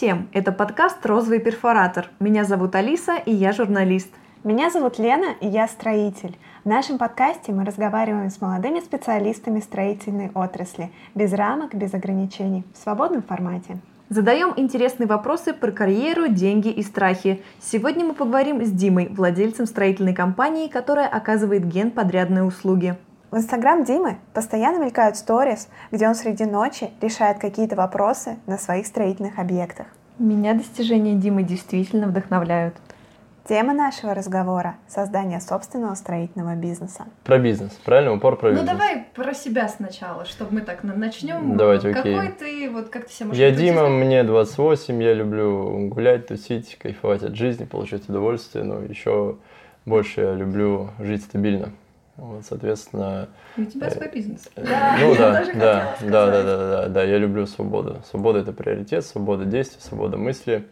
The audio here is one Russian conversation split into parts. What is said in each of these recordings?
всем! Это подкаст «Розовый перфоратор». Меня зовут Алиса, и я журналист. Меня зовут Лена, и я строитель. В нашем подкасте мы разговариваем с молодыми специалистами строительной отрасли, без рамок, без ограничений, в свободном формате. Задаем интересные вопросы про карьеру, деньги и страхи. Сегодня мы поговорим с Димой, владельцем строительной компании, которая оказывает генподрядные услуги. В Инстаграм Димы постоянно мелькают сторис, где он среди ночи решает какие-то вопросы на своих строительных объектах. Меня достижения Димы действительно вдохновляют. Тема нашего разговора – создание собственного строительного бизнеса. Про бизнес, правильно? Упор про бизнес. Ну давай про себя сначала, чтобы мы так начнем. Давайте, окей. Какой ты, как ты себя можешь Я Дима, мне 28, я люблю гулять, тусить, кайфовать от жизни, получать удовольствие, но еще больше я люблю жить стабильно. Вот, соответственно... И у тебя свой бизнес. Да, ну да, я люблю свободу. Свобода – это приоритет, свобода действий, свобода мысли.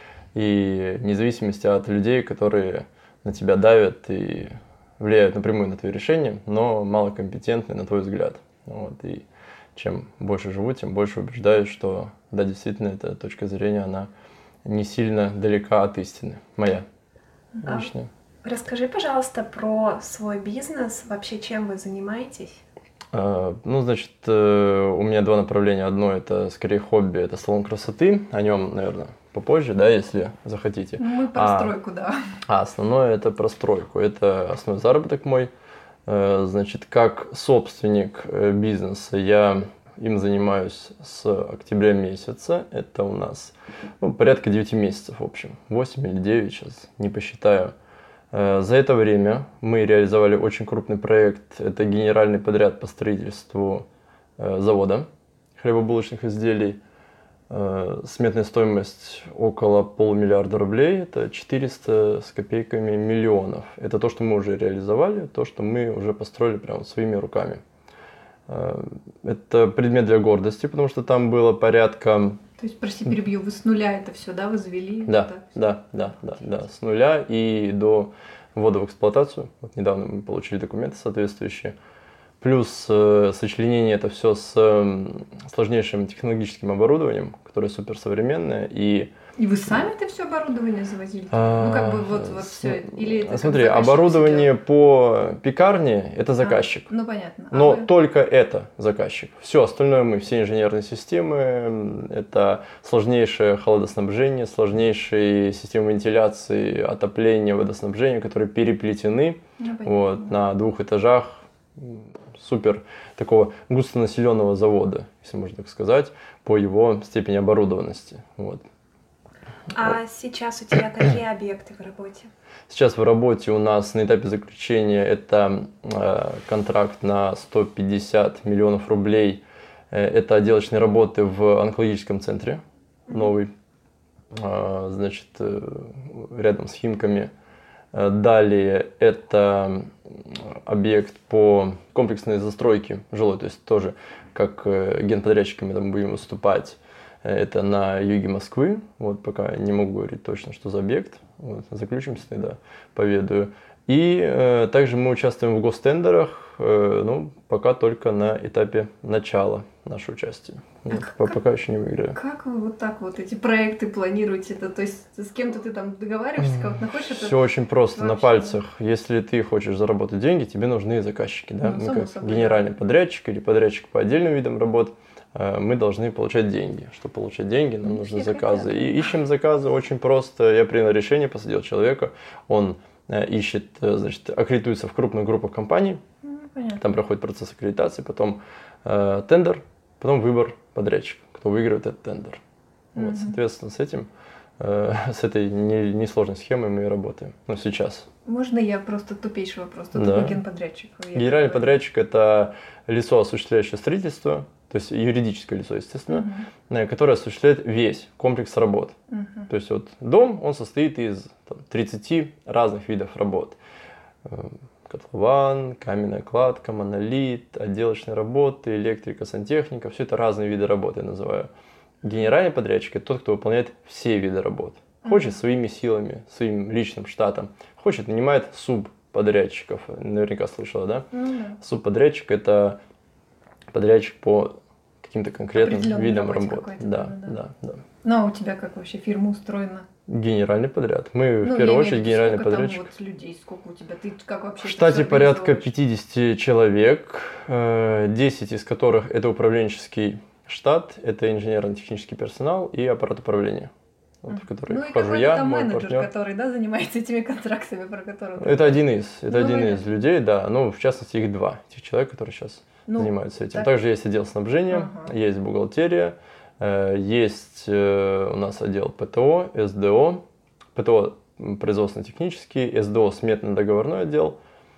И вне зависимости от людей, которые на тебя давят и влияют напрямую на твои решения, но малокомпетентны на твой взгляд. Вот. И чем больше живу, тем больше убеждаюсь, что да, действительно, эта точка зрения, она не сильно далека от истины. Моя личная. Расскажи, пожалуйста, про свой бизнес, вообще чем вы занимаетесь? У меня два направления. Одно – это скорее хобби, это салон красоты. О нем, наверное, попозже, да, если захотите. Мы про стройку, да. Основное – это про стройку. Это основной заработок мой. Как собственник бизнеса я им занимаюсь с октября месяца. Это у нас порядка 9 месяцев, в общем. 8 или 9 сейчас, не посчитаю. За это время мы реализовали очень крупный проект. Это генеральный подряд по строительству завода хлебобулочных изделий. Сметная стоимость около 500 000 000 рублей. Это 400 с копейками миллионов. Это то, что мы уже реализовали, то, что мы уже построили прямо своими руками. Это предмет для гордости, потому что там было порядка... То есть, прости, перебью, вы с нуля это все, да, возвели? Да, с нуля и до ввода в эксплуатацию. Вот недавно мы получили документы соответствующие. Плюс сочленение это все с сложнейшим технологическим оборудованием, которое суперсовременное. И вы сами это все оборудование завозили? Все. Или это смотри, оборудование по пекарне – это заказчик. Понятно. Но только это заказчик. Все остальное мы, все инженерные системы, это сложнейшее холодоснабжение, сложнейшие системы вентиляции, отопления, водоснабжения, которые переплетены на 2 этажах. Супер такого густонаселенного завода, если можно так сказать, по его степени оборудованности. Вот. Сейчас у тебя какие объекты в работе? Сейчас в работе у нас на этапе заключения это контракт на 150 миллионов рублей. Это отделочные работы в онкологическом центре, новый, рядом с Химками. Далее это объект по комплексной застройке жилой, то есть тоже как генподрядчиками там будем выступать. Это на юге Москвы, пока не могу говорить точно, что за объект, заключимся тогда, поведаю. И также мы участвуем в гостендерах, пока только на этапе начала нашего участия. Пока еще не выиграли. Как вы эти проекты планируете? То есть с кем-то ты там договариваешься, кого-то находишь? Все очень просто, на пальцах. Если ты хочешь заработать деньги, тебе нужны заказчики. Да? Мы как генеральный подрядчик или подрядчик по отдельным видам работ, мы должны получать деньги. Чтобы получать деньги, нам нужны заказы. И ищем заказы очень просто. Я принял решение, посадил человека, он ищет, аккредитуется в крупных группах компаний, там проходит процесс аккредитации, потом тендер, потом выбор подрядчика, кто выигрывает этот тендер. Соответственно, с этой несложной схемой мы и работаем. Сейчас. Можно я просто тупейший вопрос? Кто такой генподрядчик? Генеральный подрядчик – это лицо, осуществляющее строительство, то есть юридическое лицо, естественно, которое осуществляет весь комплекс работ. То есть дом, он состоит из 30 разных видов работ. Котлован, каменная кладка, монолит, отделочные работы, электрика, сантехника. Все это разные виды работы, я называю. Генеральный подрядчик – это тот, кто выполняет все виды работ. Хочет своими силами, своим личным штатом. Хочет, нанимает субподрядчиков. Наверняка слышала, да? Субподрядчик – это подрядчик по каким-то конкретным видом работе работы. Да. Ну, а у тебя как вообще фирма устроена? Генеральный подряд. Мы в первую очередь генеральный подрядчик. Сколько там вот людей, сколько у тебя? Ты как вообще в штате порядка 50 человек, 10 из которых это управленческий штат, это инженерно-технический персонал и аппарат управления. Вот, в который вхожу я, там мой менеджер, партнер. который, да, занимается этими контрактами, про которые... Это один из людей, да. Ну, в частности, их два. Тех человек, которые сейчас занимаются этим. Так. Также есть отдел снабжения, есть бухгалтерия, есть у нас отдел ПТО, СДО. ПТО производственно-технический, СДО сметно-договорной отдел.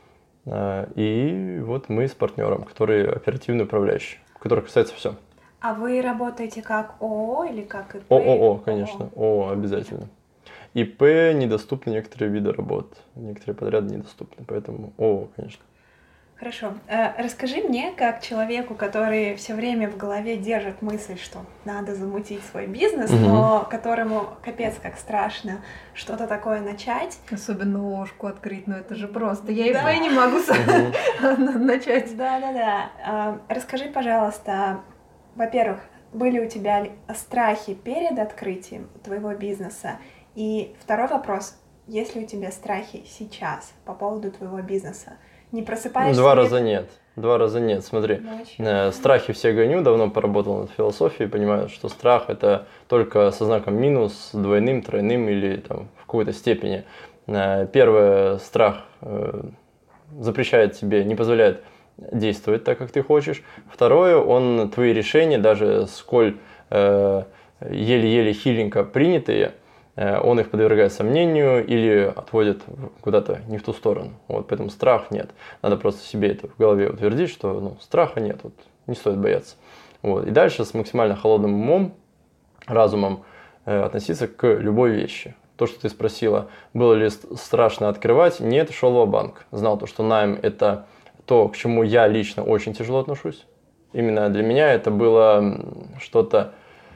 И вот мы с партнером, который оперативный управляющий, который касается все. А вы работаете как ООО или как ИП? ООО, конечно. ООО обязательно. ИП недоступны некоторые виды работ, некоторые подряды недоступны, поэтому ООО, конечно. Хорошо. Расскажи мне, как человеку, который все время в голове держит мысль, что надо замутить свой бизнес, но которому капец как страшно что-то такое начать. Особенно ложку открыть, ну это же просто. Я ИП не могу начать. Да. Расскажи, пожалуйста, во-первых, были у тебя страхи перед открытием твоего бизнеса? И второй вопрос, есть ли у тебя страхи сейчас по поводу твоего бизнеса? Не просыпаешься? Два раза нет, смотри. Страхи все гоню, давно поработал над философией, понимаю, что страх это только со знаком минус, двойным, тройным или там, в какой-то степени. Первое, страх запрещает тебе, не позволяет действовать так, как ты хочешь. Второе, он твои решения, даже сколь еле-еле хиленько принятые, он их подвергает сомнению или отводит куда-то не в ту сторону. Вот, поэтому страх нет. Надо просто себе это в голове утвердить, что страха нет, вот, не стоит бояться. Вот. И дальше с максимально холодным умом, разумом относиться к любой вещи. То, что ты спросила, было ли страшно открывать, нет, шел ва-банк. Знал то, что найм – это то, к чему я лично очень тяжело отношусь. Именно для меня это было что-то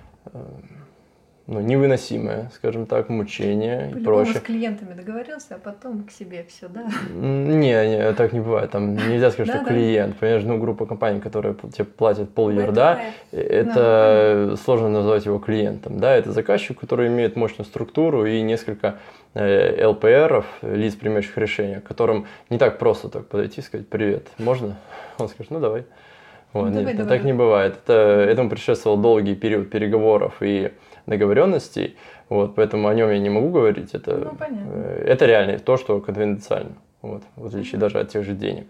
невыносимое, скажем так, мучение и прочее. С клиентами договорился, а потом к себе все, да? Не, так не бывает. Там нельзя сказать, что клиент. Понимаешь, группа компаний, которые тебе платят пол-ярда, это сложно назвать его клиентом. Да, это заказчик, который имеет мощную структуру и несколько ЛПРов, лиц, принимающих решения, которым не так просто так подойти и сказать: «Привет, можно?» Он скажет: «Ну, давай». Вот, давай. Так не бывает. Этому предшествовал долгий период переговоров и договоренностей, вот, поэтому о нем я не могу говорить. Это реально то, что конфиденциально, вот, в отличие даже от тех же денег.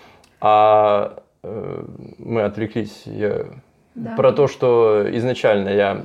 А мы отвлеклись. Про то, что изначально я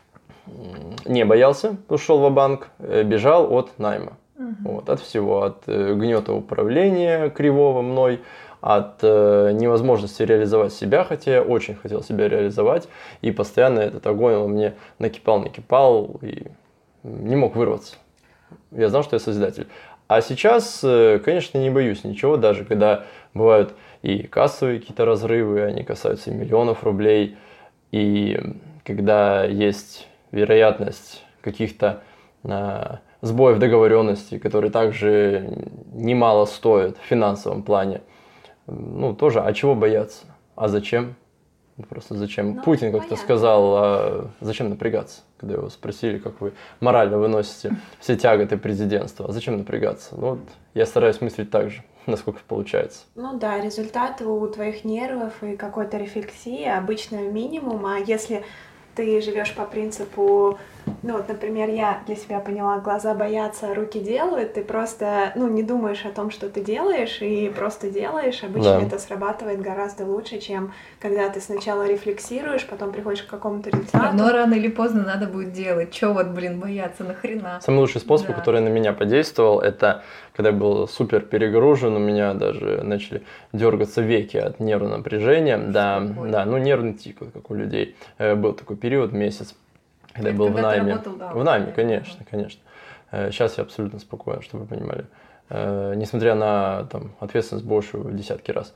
не боялся, ушел ва-банк, бежал от найма. Вот, от всего, от гнета управления кривого мной, от невозможности реализовать себя, хотя я очень хотел себя реализовать, и постоянно этот огонь он мне накипал и не мог вырваться. Я знал, что я созидатель. А сейчас, конечно, не боюсь ничего, даже когда бывают и кассовые какие-то разрывы, они касаются и миллионов рублей, и когда есть вероятность каких-то сбоев договоренности, которые также немало стоят в финансовом плане. Тоже, а чего бояться? А зачем? Просто зачем? Путин как-то сказал, а зачем напрягаться? Когда его спросили, как вы морально выносите все тяготы президентства. А зачем напрягаться? Я стараюсь мыслить так же, насколько получается. Результат у твоих нервов и какой-то рефлексии обычно минимум, а если ты живешь по принципу, например, я для себя поняла, глаза боятся, руки делают, ты просто, не думаешь о том, что ты делаешь, и просто делаешь. Обычно это срабатывает гораздо лучше, чем когда ты сначала рефлексируешь, потом приходишь к какому-то результату. Но рано или поздно надо будет делать. Чё бояться, нахрена? Самый лучший способ, который на меня подействовал, это когда я был супер перегружен, у меня даже начали дергаться веки от нервного напряжения. Нервный тик, как у людей. Был такой период, месяц, когда я был в найме. В найме, конечно. Сейчас я абсолютно спокоен, чтобы вы понимали. Несмотря на ответственность большую в десятки раз.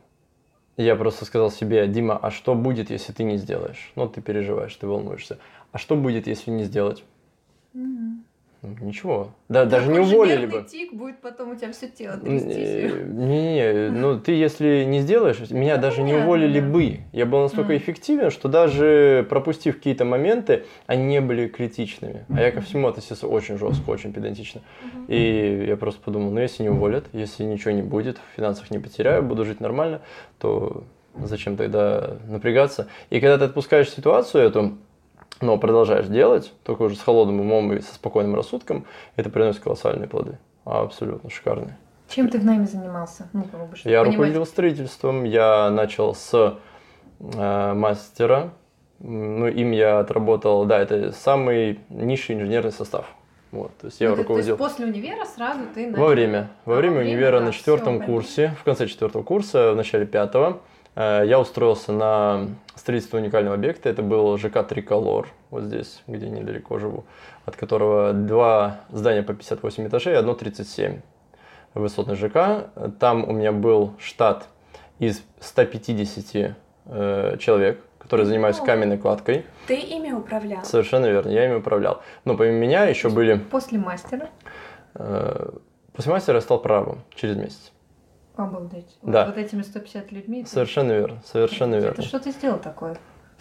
Я просто сказал себе: Дима, а что будет, если ты не сделаешь? Ты переживаешь, ты волнуешься. А что будет, если не сделать? Ничего. Да, даже не уволили бы. Тик будет потом у тебя все тело трястись. Не, ты если не сделаешь, меня даже не уволили бы. Я был настолько эффективен, что даже пропустив какие-то моменты, они не были критичными. А я ко всему относился очень жестко, очень педантично. И я просто подумал, если не уволят, если ничего не будет, в финансах не потеряю, буду жить нормально, то зачем тогда напрягаться? И когда ты отпускаешь ситуацию эту, но продолжаешь делать, только уже с холодным умом и со спокойным рассудком, это приносит колоссальные плоды. Абсолютно шикарные. Чем ты в найме занимался? Я руководил строительством, я начал с мастера, им я отработал, это самый низший инженерный состав. Вот, то есть я руководил. То есть после универа сразу ты начал? Во время универа на 4 курсе, в конце 4 курса, в начале 5-го, я устроился на строительство уникального объекта. Это был ЖК «Триколор», вот здесь, где недалеко живу, от которого 2 здания по 58 этажей, одно 37. Высотный ЖК. Там у меня был штат из 150 человек, которые занимаются каменной кладкой. Ты ими управлял? Совершенно верно, я ими управлял. Но помимо меня еще были... После мастера? После мастера я стал прорабом через месяс. Обалдеть. Да. Вот этими 150 людьми. Совершенно верно, совершенно верно. Это что ты сделал такое?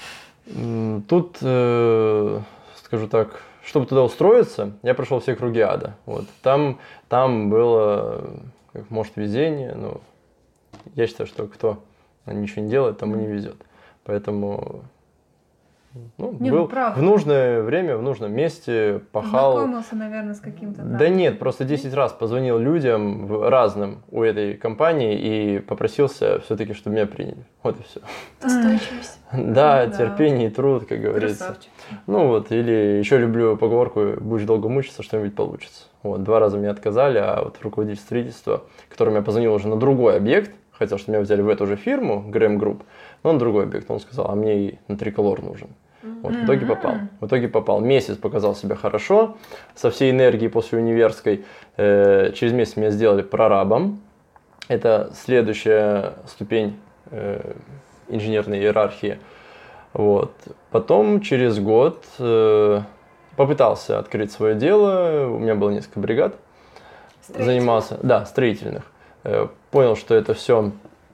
Тут, скажу так, чтобы туда устроиться, я прошел все круги ада. Вот. Там было, может, везение, но я считаю, что кто ничего не делает, тому не везет. Поэтому был в нужное время, в нужном месте, пахал. Знакомился, наверное, с каким-то... Да нет, просто 10 раз позвонил людям разным у этой компании и попросился все-таки, чтобы меня приняли. Вот и все. Устойчивость. Да, терпение и труд, как говорится. Красавчик. Или еще люблю поговорку: будешь долго мучиться, что-нибудь получится. 2 раза мне отказали, а вот руководитель строительства, которому я позвонил уже на другой объект, хотел, чтобы меня взяли в эту же фирму, Грэм Групп, но на другой объект, он сказал, а мне и на Триколор нужен. В итоге попал. Месяц показал себя хорошо, со всей энергией после универской. Через месяц меня сделали прорабом. Это следующая ступень инженерной иерархии. Потом через год попытался открыть свое дело. У меня было несколько бригад. Занимался, строительных. Понял, что это все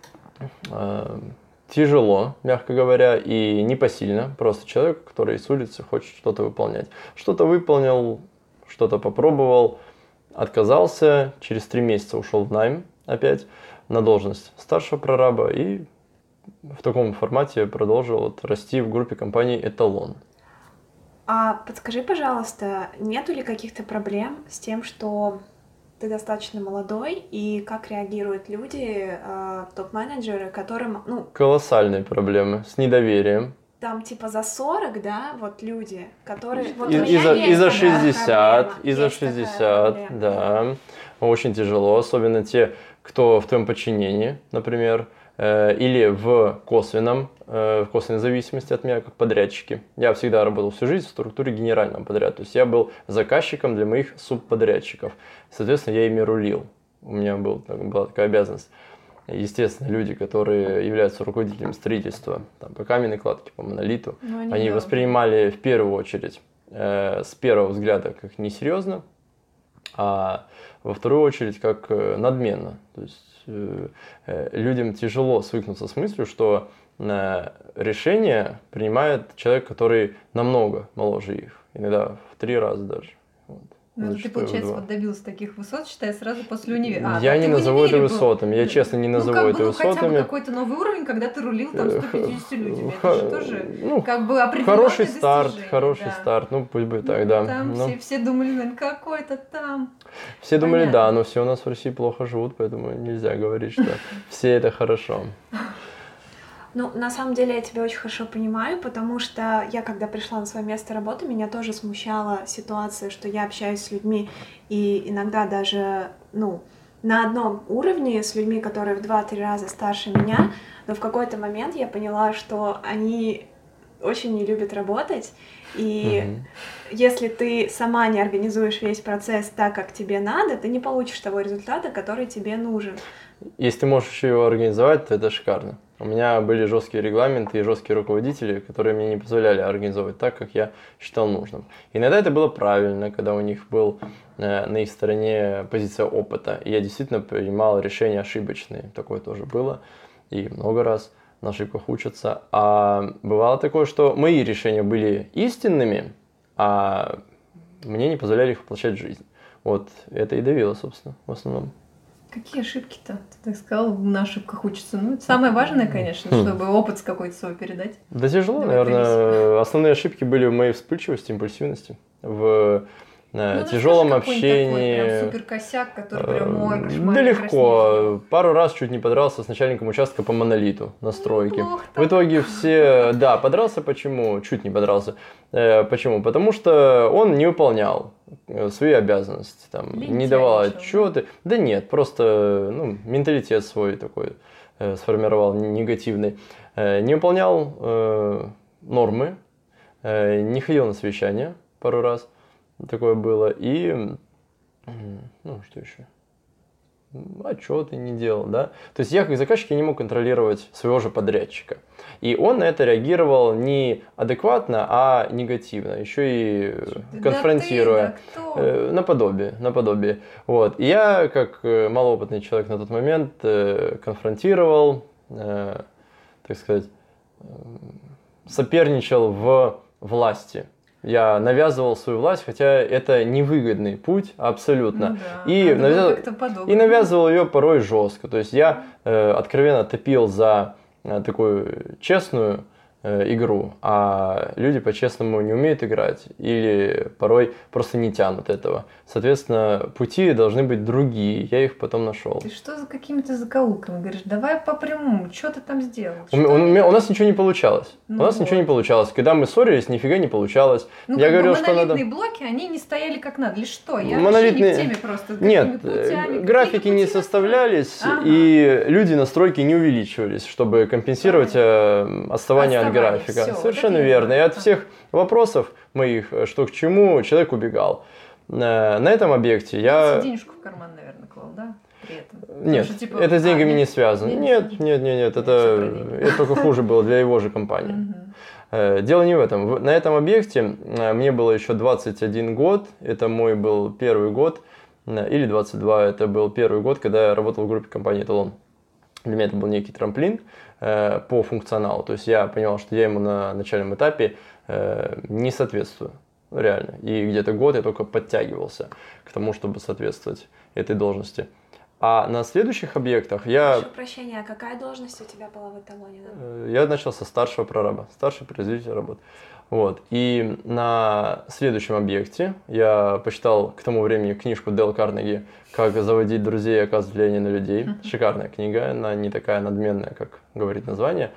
тяжело, мягко говоря, и непосильно. Просто человек, который с улицы хочет что-то выполнять. Что-то выполнил, что-то попробовал, отказался. Через 3 месяца ушел в найм опять на должность старшего прораба и в таком формате продолжил расти в группе компании «Эталон». А подскажи, пожалуйста, нету ли каких-то проблем с тем, что ты достаточно молодой, и как реагируют люди, топ-менеджеры, которым, Колоссальные проблемы с недоверием. Там типа за 40, да, люди, которые... И за 60, да. Очень тяжело, особенно те, кто в твоем подчинении, например, или в косвенной зависимости от меня, как подрядчики. Я всегда работал всю жизнь в структуре генерального подряда, то есть я был заказчиком для моих субподрядчиков. Соответственно, я ими рулил. У меня была такая обязанность. Естественно, люди, которые являются руководителями строительства, по каменной кладке, по монолиту, они воспринимали в первую очередь с первого взгляда как несерьезно, а во вторую очередь как надменно. То есть людям тяжело свыкнуться с мыслью, что решение принимает человек, который намного моложе их, иногда в 3 раза даже. Ты, получается, добился таких высот, считай, сразу после универа. Я не назову это высотами, я честно не назову это высотами. Хотя бы какой-то новый уровень, когда ты рулил 150 людьми, это же тоже определенное хороший достижение. Старт, пусть будет так, да. Там все думали, наверное, какой-то там. Все думали, но все у нас в России плохо живут, поэтому нельзя говорить, что все это хорошо. На самом деле я тебя очень хорошо понимаю, потому что я, когда пришла на свое место работы, меня тоже смущала ситуация, что я общаюсь с людьми и иногда даже, на одном уровне с людьми, которые в 2-3 раза старше меня, но в какой-то момент я поняла, что они очень не любит работать, и если ты сама не организуешь весь процесс так, как тебе надо, ты не получишь того результата, который тебе нужен. Если ты можешь еще его организовать, то это шикарно. У меня были жесткие регламенты и жесткие руководители, которые мне не позволяли организовывать так, как я считал нужным. Иногда это было правильно, когда у них был на их стороне позиция опыта, и я действительно принимал решения ошибочные. Такое тоже было, и много раз на ошибках учатся. А бывало такое, что мои решения были истинными, а мне не позволяли их воплощать в жизнь. Вот это и давило, собственно, в основном. Какие ошибки-то? Ты так сказал, на ошибках учатся. Ну, это самое важное, конечно, чтобы опыт какой-то свой передать. Да тяжело, наверное. Основные ошибки были в моей вспыльчивости, импульсивности, в тяжелом общении. Такой, прям супер косяк, который прям мой кошмар. Да легко. Пару раз чуть не подрался с начальником участка по монолиту на стройке. В итоге все... Да, подрался почему? Чуть не подрался. Почему? Потому что он не выполнял свои обязанности, там, не давал отчеты. Да нет, просто менталитет свой такой сформировал негативный. Не выполнял нормы, не ходил на совещания пару раз. Такое было. И, что еще? Отчеты не делал, да? То есть я как заказчик не мог контролировать своего же подрядчика. И он на это реагировал не адекватно, а негативно. Еще и конфронтируя. Наподобие. Вот. И я, как малоопытный человек на тот момент, конфронтировал, так сказать, соперничал в власти. Я навязывал свою власть, хотя это невыгодный путь абсолютно. И навязывал ее порой жестко. То есть я откровенно топил за такую честную игру, а люди по-честному не умеют играть или порой просто не тянут этого. Соответственно, пути должны быть другие. Я их потом нашел. Ты что за какими-то закоулками говоришь? Давай по прямому. Что ты там сделал? У нас ничего не получалось. Ничего не получалось. Когда мы ссорились, нифига не получалось. Я говорил, что монолитные блоки, они не стояли как надо. Или что? Я вообще не в теме просто. Нет, графики не составлялись, и люди на стройке не увеличивались, чтобы компенсировать отставание от графика. Все, совершенно верно. И от всех вопросов моих, что к чему, человек убегал. На этом объекте я... Денежку в карман, наверное, клал, да? При этом. Нет, что, типа, это с деньгами не связано. Нет. Это только хуже было для его же компании. Дело не в этом. На этом объекте мне было еще 21 год. Это мой был первый год. Или 22. Это был первый год, когда я работал в группе компании «Эталон». Для меня это был некий трамплин по функционалу. То есть я понял, что я ему на начальном этапе не соответствую. Реально. И где-то год я только подтягивался к тому, чтобы соответствовать этой должности. А на следующих объектах я... Прошу прощения, а какая должность у тебя была в «Эталоне»? Да? Я начал со старшего прораба, старший производитель работ. Вот. И на следующем объекте я почитал к тому времени книжку Дейл Карнеги «Как заводить друзей и оказывать влияние на людей». Шикарная книга, она не такая надменная, как говорит название.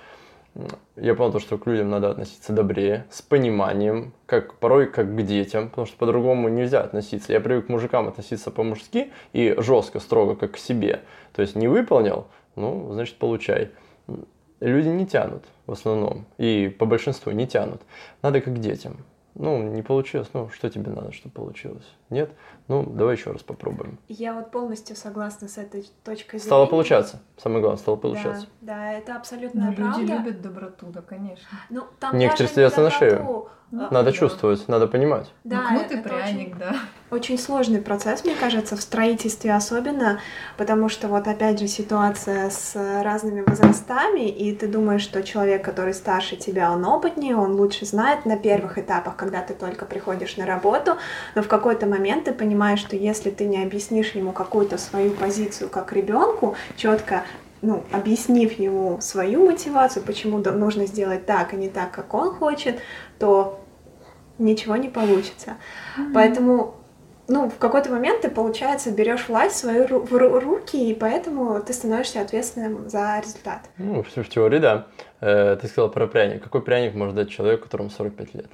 Я понял, что к людям надо относиться добрее, с пониманием, порой как к детям, потому что по-другому нельзя относиться. Я привык к мужикам относиться по-мужски и жестко, строго, как к себе. То есть не выполнил, значит получай. Люди не тянут в основном, и по большинству не тянут. Надо как к детям. Не получилось, что тебе надо, чтобы получилось? Нет? Давай еще раз попробуем. Я вот полностью согласна с этой точкой зрения. Стало получаться. Самое главное, стало получаться. Да, это абсолютно правда. Люди любят доброту, да, конечно. Там некоторые садятся на шею. Надо чувствовать, надо понимать. Да, кнут и пряник, да. Очень сложный процесс, мне кажется, в строительстве особенно, потому что опять же ситуация с разными возрастами, и ты думаешь, что человек, который старше тебя, он опытнее, он лучше знает на первых этапах, когда ты только приходишь на работу, но в какой-то момент ты понимаешь, что если ты не объяснишь ему какую-то свою позицию как ребенку, четко объяснив ему свою мотивацию, почему нужно сделать так, а не так, как он хочет, то ничего не получится. Поэтому, в какой-то момент ты, получается, берешь власть в свои руки, и поэтому ты становишься ответственным за результат. В теории, да. Ты сказала про пряник. Какой пряник может дать человеку, которому 45 лет?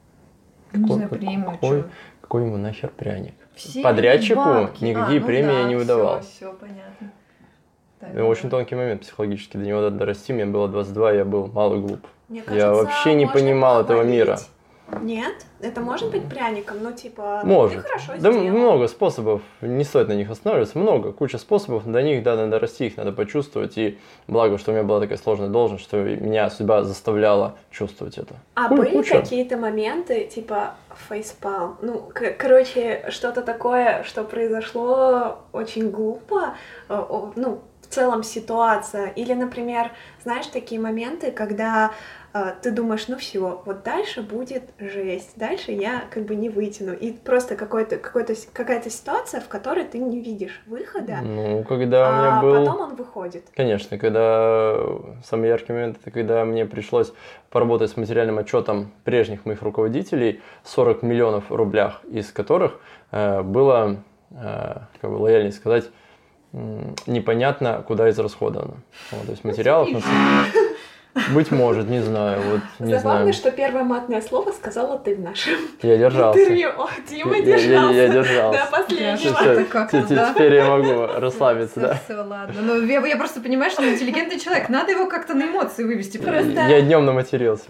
Какой ему нахер пряник? Все подрядчику никакие премии я не выдавал. Все понятно. Очень тонкий момент психологически. До него надо дорасти. Мне было 22, я был мал и глуп. Мне Я кажется, вообще не можно понимал этого похвалить. мира. Нет? Это может быть пряником? Ну, типа, Может. ты хорошо Да сделал. много способов, не стоит на них останавливаться, много, куча способов, до них, да, надо расти, их надо почувствовать, и благо, что у меня была такая сложная должность, что меня судьба заставляла чувствовать это. А были какие-то моменты, типа, фейспалм? Ну, короче, что-то такое, что произошло очень глупо, ну, в целом ситуация. Или, например, знаешь, такие моменты, когда ты думаешь, ну все, вот дальше будет жесть, дальше я как бы не вытяну. И просто какая-то ситуация, в которой ты не видишь выхода, Ну, когда у меня был... потом он выходит. Конечно, когда самый яркий момент, это когда мне пришлось поработать с материальным отчетом прежних моих руководителей, 40 миллионов рублях, из которых было, как бы лояльнее сказать, непонятно, куда израсходовано. Вот, то есть материалов... Быть может, не знаю, вот не Забавно, знаю. что первое матное слово сказала ты в нашем Я держался. интервью. Ох, Дима держался. Я держался. До последнего. Всё, теперь я могу расслабиться, да? Все, ладно. Ну, я просто понимаю, что он интеллигентный человек. Надо его как-то на эмоции вывести. Просто. Я днем наматерился.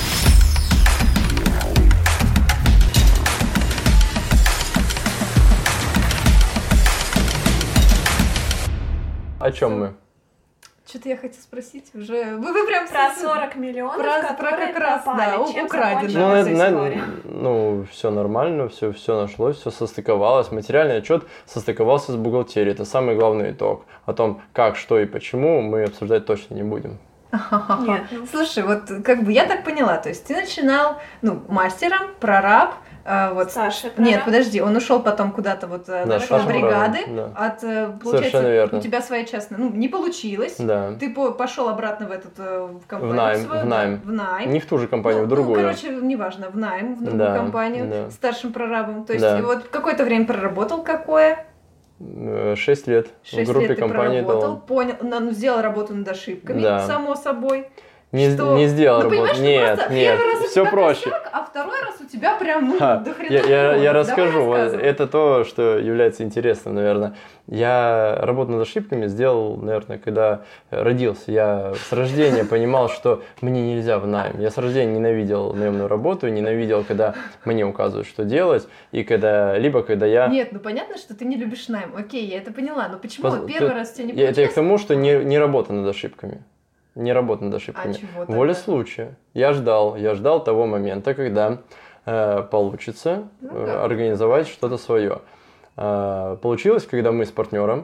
О чем мы? Что-то я хотела спросить уже. Вы прям Про 40 миллионов, которые как раз, пропали. да, Чем украдено. закончилась история? Ну, все нормально, все нашлось, все состыковалось. Материальный отчет состыковался с бухгалтерией. Это самый главный итог. О том, как, что и почему, мы обсуждать точно не будем. Нет. Слушай, вот как бы я так поняла, то есть ты начинал, ну, мастером, прораб, вот. Саша, Нет, подожди, он ушел потом куда-то вот нашел бригады, получается, верно. у тебя своя частная, ну, не получилось, Да. ты пошел обратно в этот в компанию В найм. в найм. Не в ту же компанию, в Ну, другую. короче, неважно, в найм, в другую компанию, старшим прорабом. То есть вот какое-то время проработал, какое? 6 лет 6 в группе лет ты компании проработал, понял, сделал работу над ошибками, само собой. Не сделал ну, работу. Нет, все проще. А второй раз у тебя прям, ну, до хрена. Я расскажу. Вот, это то, что является интересным, наверное. Я работу над ошибками сделал, наверное, когда родился. Я с рождения понимал, что мне нельзя в найм. Я с рождения ненавидел наемную работу, ненавидел, когда мне указывают, что делать, и когда я... Нет, ну понятно, что ты не любишь найм. Окей, я это поняла. Но почему первый раз у тебя не получилось? Это я к тому, что не работа над ошибками. Не работа над ошибками. А чего Воля случая. Я ждал того момента, когда получится организовать что-то свое. Получилось, когда мы с партнером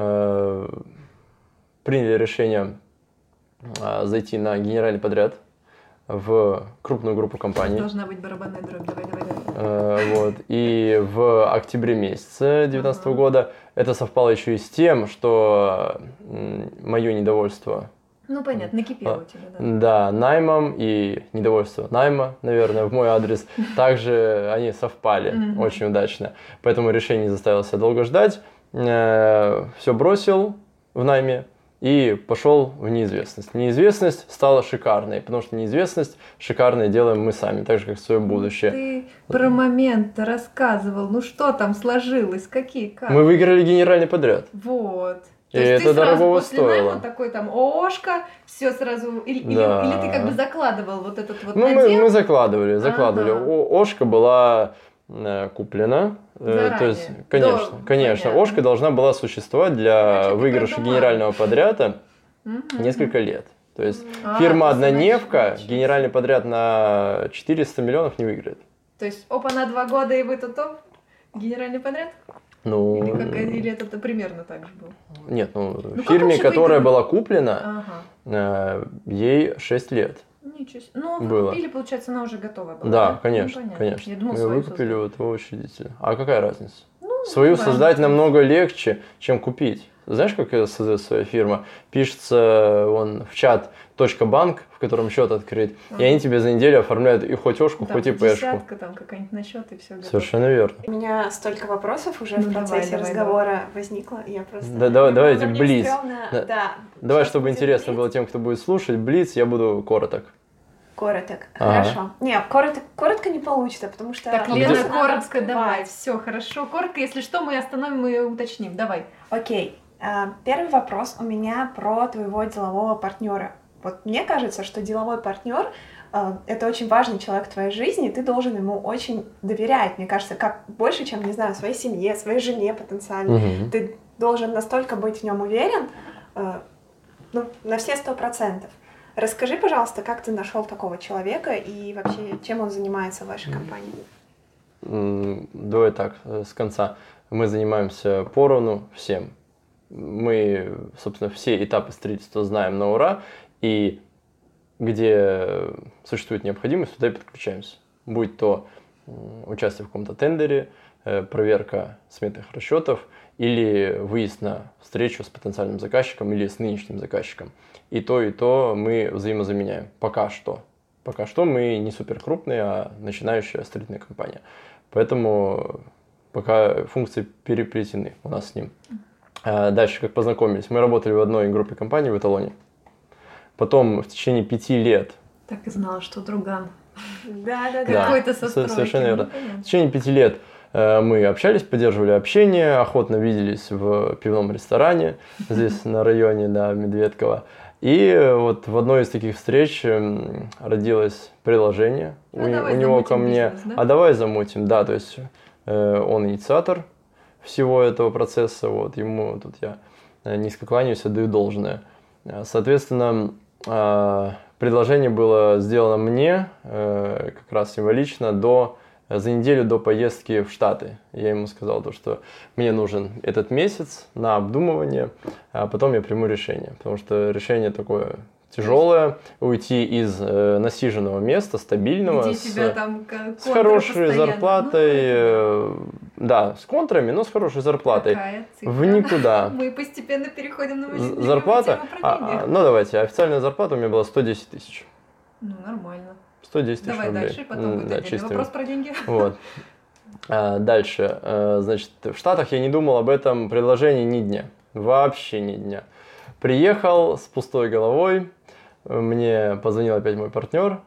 приняли решение зайти на генеральный подряд в крупную группу компаний. Должна быть барабанная дробь. Давай. Вот. И в октябре месяце 2019 года это совпало еще и с тем, что мое недовольство... Ну, понятно, накипело у тебя, да. Да, наймом и недовольство найма, наверное, в мой адрес. Также они совпали очень удачно. Поэтому решение не заставило себя долго ждать. Все бросил в найме и пошел в неизвестность. Неизвестность стала шикарной, потому что неизвестность шикарной делаем мы сами, так же, как свое будущее. Ты про момент рассказывал. Ну, что там сложилось? Как? Мы выиграли генеральный подряд. Вот. И это дорогого стоило. Найма такой там ООшка, все сразу, или ты как бы закладывал вот этот вот надел? Мы закладывали. ООшка была куплена. Заранее. То есть, конечно. Понятно. ООшка должна была существовать для выигрыша генерального подряда несколько лет. То есть фирма «Однодневка» генеральный подряд на 400 миллионов не выиграет. То есть на 2 года и вы тут генеральный подряд? Ну, или это примерно так же было? Нет, фирме, которая была куплена, ей 6 лет. Ничего себе. Ну, вы было. купили, получается, она уже готовая была. Да, конечно, конечно. Я думала, мы выкупили у этого учредителя. А какая разница? Ну, свою создать намного легче, чем купить. Знаешь, как создает своя фирма? Пишется в чат .банк, в котором счет открыт, и они тебе за неделю оформляют и хоть ошку, хоть и пешку. Десятка там какая-нибудь на счет и все готово. Совершенно верно. У меня столько вопросов уже в процессе разговора возникло. Я просто... Давайте блиц. Давай, Сейчас чтобы интересно было тем, кто будет слушать, блиц, я буду короток. Короток. Хорошо. Нет, коротко не получится, потому что... Так, Лена, коротко давай. Все, хорошо. Коротко, если что, мы остановим и уточним. Давай. Окей. Первый вопрос у меня про твоего делового партнера. Вот мне кажется, что деловой партнер это очень важный человек в твоей жизни, и ты должен ему очень доверять, мне кажется, как больше, чем, не знаю, своей семье, своей жене потенциально. Ты должен настолько быть в нем уверен, на все 100%. Расскажи, пожалуйста, как ты нашел такого человека и вообще, чем он занимается в вашей компании? Давай так, с конца. Мы занимаемся поровну всем. Мы, собственно, все этапы строительства знаем на ура, и где существует необходимость, туда и подключаемся. Будь то участие в каком-то тендере, проверка сметных расчетов или выезд на встречу с потенциальным заказчиком или с нынешним заказчиком. И то мы взаимозаменяем. Пока что. Пока что мы не супер крупные, а начинающая строительная компания. Поэтому пока функции переплетены у нас с ним. Дальше, как познакомились. Мы работали в одной группе компаний в Эталоне. Потом в течение 5 лет... Так и знала, что друган. Да. Какой-то со стройки. Совершенно верно. В течение 5 лет мы общались, поддерживали общение, охотно виделись в пивном ресторане здесь на районе, Медведково. И вот в одной из таких встреч родилось предложение у него ко мне. Бизнес, да? А давай замутим, то есть он инициатор всего этого процесса, вот ему тут я низко кланяюсь, отдаю должное. Соответственно, предложение было сделано мне как раз символично за неделю до поездки в Штаты. Я ему сказал, что мне нужен этот месяц на обдумывание, а потом я приму решение. Потому что решение такое тяжелое, уйти из насиженного места, стабильного, Где тебя там с хорошей зарплатой, с контрами, но с хорошей зарплатой. Какая цифра? В никуда. Мы постепенно переходим на очень Зарплата? тему про деньги. Давайте, официальная зарплата у меня была 110 тысяч. Нормально. 110 тысяч Давай рублей. дальше, потом будет отдельный вопрос про деньги. Вот. Дальше. Значит, в Штатах я не думал об этом предложении ни дня. Вообще ни дня. Приехал с пустой головой. Мне позвонил опять мой партнер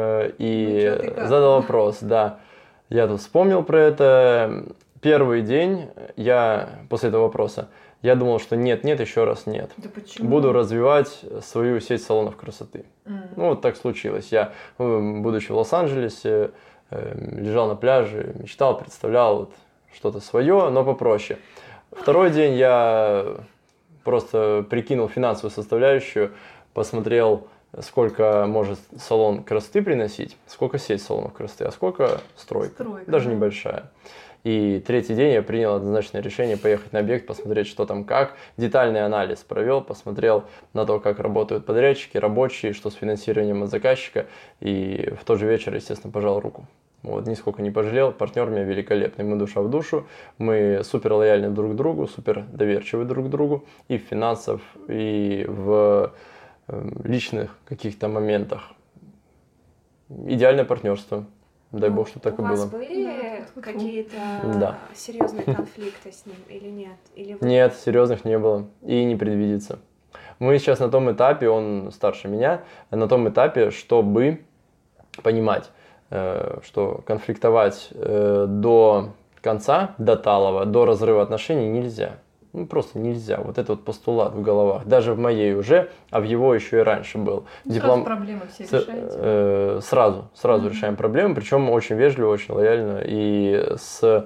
и задал вопрос. Я тут вспомнил про это. Первый день после этого вопроса я думал, что нет, еще раз нет. Да почему? Буду развивать свою сеть салонов красоты. Вот так случилось. Я, будучи в Лос-Анджелесе, лежал на пляже, мечтал, представлял что-то свое, но попроще. Второй день я просто прикинул финансовую составляющую, посмотрел, сколько может салон красоты приносить, сколько сеть салонов красоты, а сколько стройка. Даже небольшая. И третий день я принял однозначное решение поехать на объект, посмотреть, что там как. Детальный анализ провел, посмотрел на то, как работают подрядчики, рабочие, что с финансированием от заказчика. И в тот же вечер, естественно, пожал руку. Нисколько не пожалел, партнер у меня великолепный, мы душа в душу, мы супер лояльны друг к другу, супер доверчивы друг к другу и в финансах, и в личных каких-то моментах. Идеальное партнерство. Дай бог, что так и было. У вас были какие-то серьезные конфликты с ним или нет? Нет, серьезных не было и не предвидится. Мы сейчас на том этапе, он старше меня, на том этапе, чтобы понимать, что конфликтовать до конца, до талого, до разрыва отношений нельзя. Просто нельзя. Вот этот постулат в головах. Даже в моей уже, а в его еще и раньше был. Сразу проблемы все решаете? Сразу решаем проблемы, причем очень вежливо, очень лояльно и с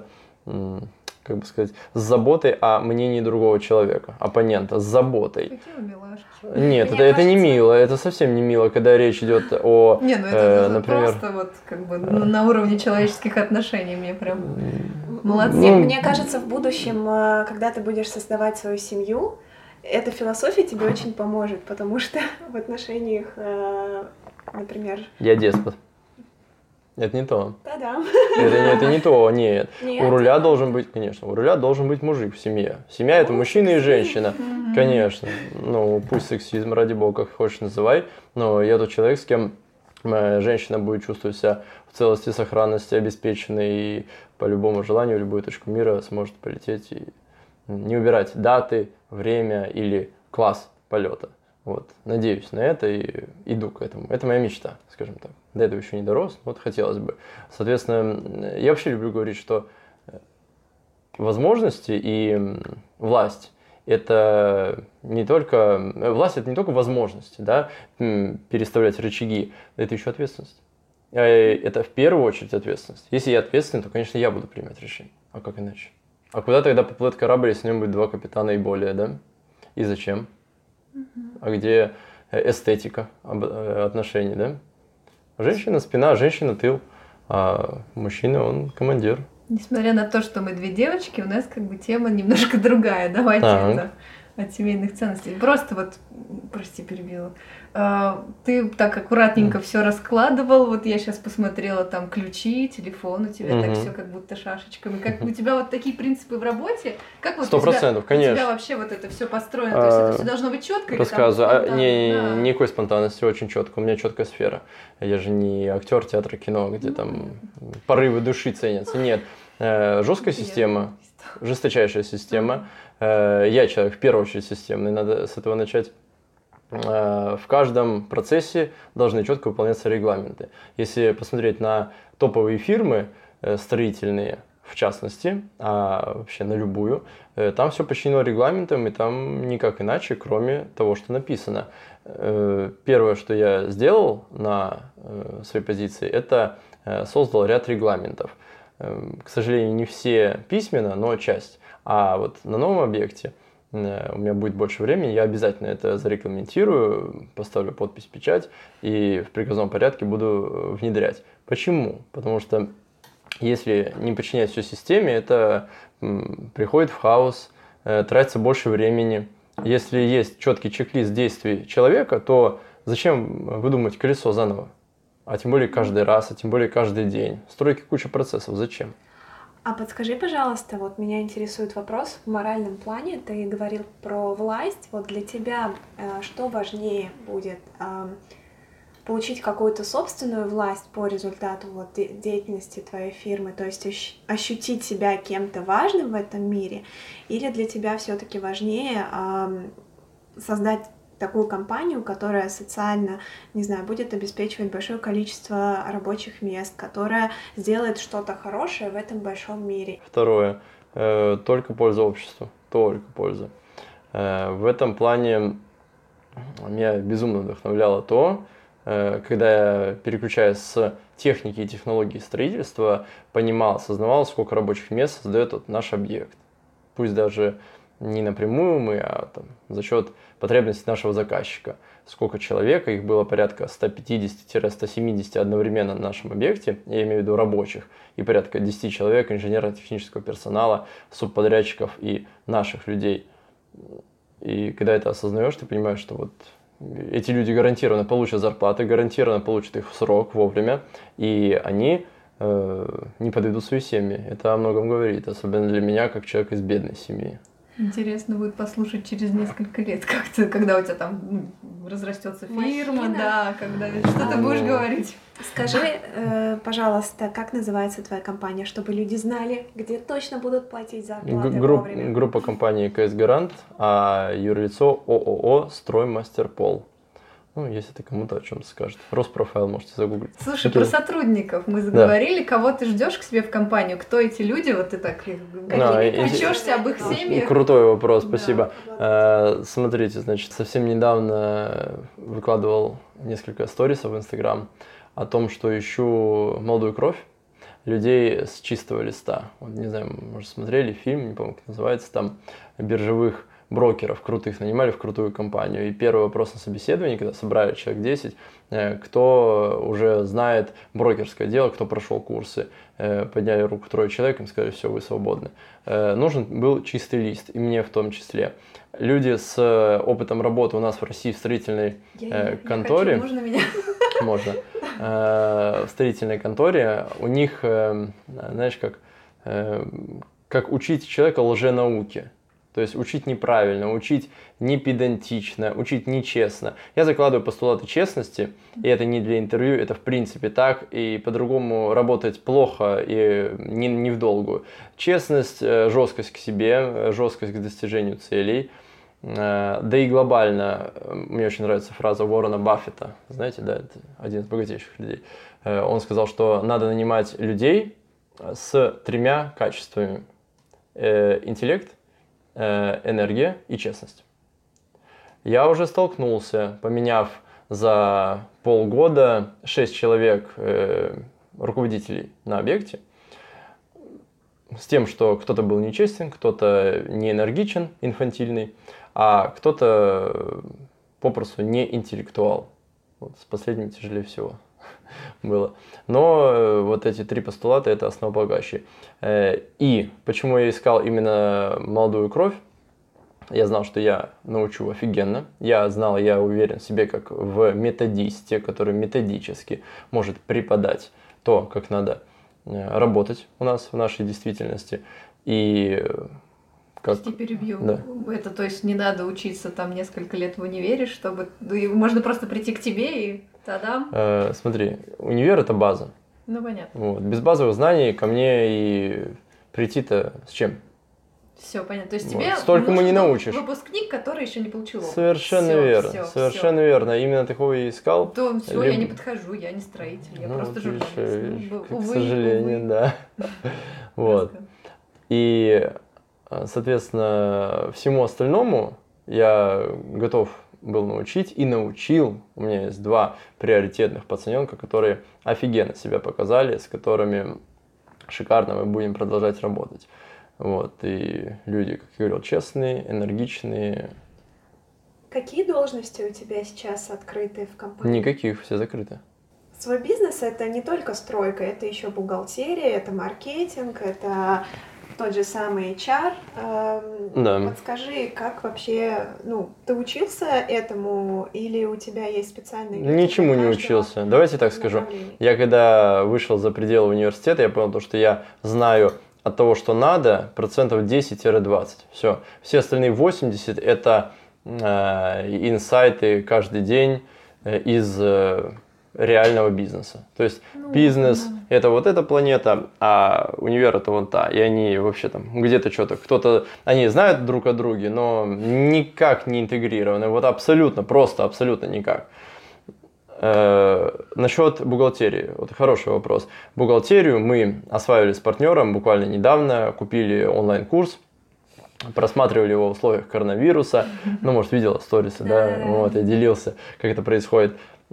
заботой о мнении другого человека, оппонента, с заботой. Какие вы милашки. Нет, это не мило, это совсем не мило, когда речь идет о, например... просто на уровне человеческих отношений мне прям... Молодцы. Мне кажется, в будущем, когда ты будешь создавать свою семью, эта философия тебе очень поможет, потому что в отношениях, например... Я деспот. Это не то. Да-да. Это не то, нет. У руля должен быть, конечно, мужик в семье. Семья – это мужчина и женщина, конечно. Пусть сексизм, ради бога, как хочешь называй, но я тот человек, с кем женщина будет чувствовать себя в целости, сохранности, обеспеченной и по любому желанию, в любую точку мира сможет полететь и не убирать даты, время или класс полета. Надеюсь на это и иду к этому. Это моя мечта, скажем так. До этого еще не дорос, хотелось бы. Соответственно, я вообще люблю говорить, что возможности и власть это не только... Власть — это не только возможности, да, переставлять рычаги, это еще ответственность. Это в первую очередь ответственность. Если я ответственен, то, конечно, я буду принимать решения. А как иначе? А куда тогда поплывет корабль, если в нем будет 2 капитана и более, да? И зачем? А где эстетика отношений, да? Женщина — спина, женщина — тыл, а мужчина — он командир. Несмотря на то, что мы 2 девочки, у нас как бы тема немножко другая. Давайте это от семейных ценностей. Просто вот, прости, перебила. Ты так аккуратненько все раскладывал. Вот я сейчас посмотрела там ключи, телефон у тебя, так все как будто шашечками. Как у тебя вот такие принципы в работе? Как вот 100%, конечно. У тебя вообще вот это все построено? То есть это все должно быть четко? Рассказываю. Никакой спонтанности, очень четко. У меня четкая сфера. Я же не актер театра, кино, где там порывы души ценятся. Нет. Жесткая система, жесточайшая система. Я человек в первую очередь системный, надо с этого начать. В каждом процессе должны четко выполняться регламенты. Если посмотреть на топовые фирмы строительные, в частности, а вообще на любую, там все подчинено регламентам, и там никак иначе, кроме того, что написано. Первое, что я сделал на своей позиции, это создал ряд регламентов. К сожалению, не все письменно, но часть. А вот на новом объекте у меня будет больше времени, я обязательно это зарегламентирую, поставлю подпись, печать и в приказном порядке буду внедрять. Почему? Потому что если не подчинять все системе, это приходит в хаос, тратится больше времени. Если есть четкий чек-лист действий человека, то зачем выдумать колесо заново? А тем более каждый раз, а тем более каждый день. В стройке куча процессов. Зачем? А подскажи, пожалуйста, вот меня интересует вопрос в моральном плане. Ты говорил про власть. Вот для тебя что важнее будет? Получить какую-то собственную власть по результату вот деятельности твоей фирмы, то есть ощутить себя кем-то важным в этом мире? Или для тебя все-таки важнее создать такую компанию, которая социально, не знаю, будет обеспечивать большое количество рабочих мест, которая сделает что-то хорошее в этом большом мире? Второе. Только польза обществу. Только польза. В этом плане меня безумно вдохновляло то, когда я, переключаясь с техники и технологий строительства, понимал, осознавал, сколько рабочих мест создает вот наш объект. Пусть даже не напрямую мы, а там, за счет потребностей нашего заказчика. Сколько человек, их было порядка 150-170 одновременно на нашем объекте, я имею в виду рабочих, и порядка 10 человек инженерно-технического персонала, субподрядчиков и наших людей. И когда это осознаешь, ты понимаешь, что вот эти люди гарантированно получат зарплаты, гарантированно получат их в срок, вовремя, и они не подведут свои семьи. Это о многом говорит, особенно для меня, как человека из бедной семьи. Интересно будет послушать через несколько лет, как ты, когда у тебя там разрастется фирма, да, когда что ты будешь говорить. Скажи, пожалуйста, как называется твоя компания, чтобы люди знали, где точно будут платить зарплаты вовремя? Группа компании КС Гарант, а юрлицо ООО Строймастерпол. Ну, если это кому-то о чем-то скажет. Роспрофайл можете загуглить. Слушай, про сотрудников мы заговорили. Да. Кого ты ждешь к себе в компанию? Кто эти люди? Вот ты так печешься об их семьях? Крутой вопрос, спасибо. Да. Смотрите, значит, совсем недавно выкладывал несколько сторисов в Инстаграм о том, что ищу молодую кровь, людей с чистого листа. Вот, не знаю, может, смотрели фильм, не помню, как называется, там биржевых брокеров крутых нанимали в крутую компанию. И первый вопрос на собеседовании, когда собрали человек 10, кто уже знает брокерское дело, кто прошел курсы, подняли руку 3 человек, им сказали, все, вы свободны. Нужен был чистый лист, и мне в том числе. Люди с опытом работы у нас в России в строительной конторе. Можно меня? Можно. В строительной конторе у них, знаешь, как учить человека лженауке. То есть учить неправильно, учить не педантично, учить нечестно. Я закладываю постулаты честности, и это не для интервью, это в принципе так, и по-другому работать плохо и не в долгую. Честность, жесткость к себе, жесткость к достижению целей. Да и глобально, мне очень нравится фраза Уоррена Баффета, знаете, да, это один из богатейших людей. Он сказал, что надо нанимать людей с 3 качествами. Интеллект, энергия и честность. Я уже столкнулся, поменяв за полгода 6 человек руководителей на объекте, с тем, что кто-то был нечестен, кто-то не энергичен, инфантильный, а кто-то попросту не интеллектуал. Вот с последним тяжелее всего было. Но вот эти 3 постулата – это основополагающие. И почему я искал именно молодую кровь? Я знал, что я научу офигенно. Я знал, я уверен в себе как в методисте, который методически может преподать то, как надо работать у нас в нашей действительности. И как... перебью. Да. Это, то есть, не надо учиться там несколько лет в универе, чтобы... Можно просто прийти к тебе и тадам. Смотри, универ – это база. Ну, понятно. Вот. Без базовых знаний ко мне и прийти-то с чем? Все понятно. То есть Вот. тебе Столькому не научишь. Выпускник, который еще не получил опыт. Совершенно верно. Совершенно верно. Именно такого и искал. То все, я не подхожу, я не строитель, я просто журналист. К сожалению, да. Вот. И, соответственно, всему остальному я готов был научить и научил. У меня есть 2 приоритетных пацаненка, которые офигенно себя показали, с которыми шикарно мы будем продолжать работать. Вот, и люди, как я говорил, честные, энергичные. Какие должности у тебя сейчас открыты в компании? Никаких, все закрыты. Свой бизнес — это не только стройка, это еще бухгалтерия, это маркетинг, это тот же самый HR. Да. Подскажи, как вообще, ты учился этому или у тебя есть специальные... Ничему не учился. Давайте так скажу. Я когда вышел за пределы университета, я понял, что я знаю от того, что надо, 10-20%. Все. Все остальные 80% это инсайты каждый день из реального бизнеса. То есть бизнес это вот эта планета, а универ это вон та. И они вообще там где-то что-то, кто-то, они знают друг о друге, но никак не интегрированы. Вот абсолютно, просто абсолютно никак. Насчет бухгалтерии, вот хороший вопрос. Бухгалтерию мы осваивали с партнером буквально недавно, купили онлайн-курс, просматривали его в условиях коронавируса. Ну, может, видела сторисы, да? Вот, я делился, как это происходит.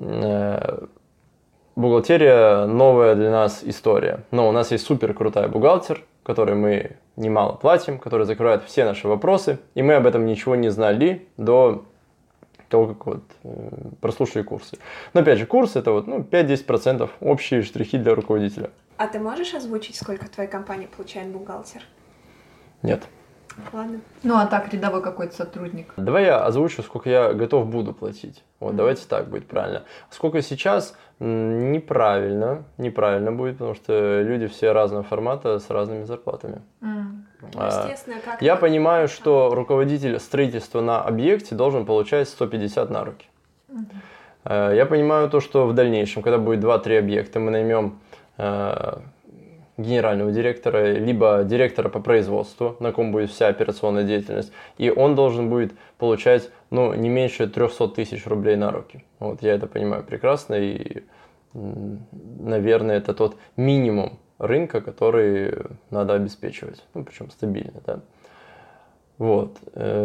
Бухгалтерия новая для нас история. Но у нас есть супер крутая бухгалтер, которой мы немало платим, которая закрывает все наши вопросы, и мы об этом ничего не знали до того, как прослушали курсы. Но опять же, курс это 5-10% общие штрихи для руководителя. А ты можешь озвучить, сколько в твоей компании получает бухгалтер? Нет. Ладно. А так, рядовой какой-то сотрудник. Давай я озвучу, сколько я готов буду платить. Вот, давайте так будет правильно. Сколько сейчас, неправильно будет, потому что люди все разного формата с разными зарплатами. Естественно, как я понимаю, что руководитель строительства на объекте должен получать 150 на руки. Я понимаю то, что в дальнейшем, когда будет 2-3 объекта, мы наймем генерального директора, либо директора по производству, на ком будет вся операционная деятельность, и он должен будет получать, не меньше 300 тысяч рублей на руки. Вот, я это понимаю прекрасно, и, наверное, это тот минимум рынка, который надо обеспечивать, причем стабильно, да. Вот.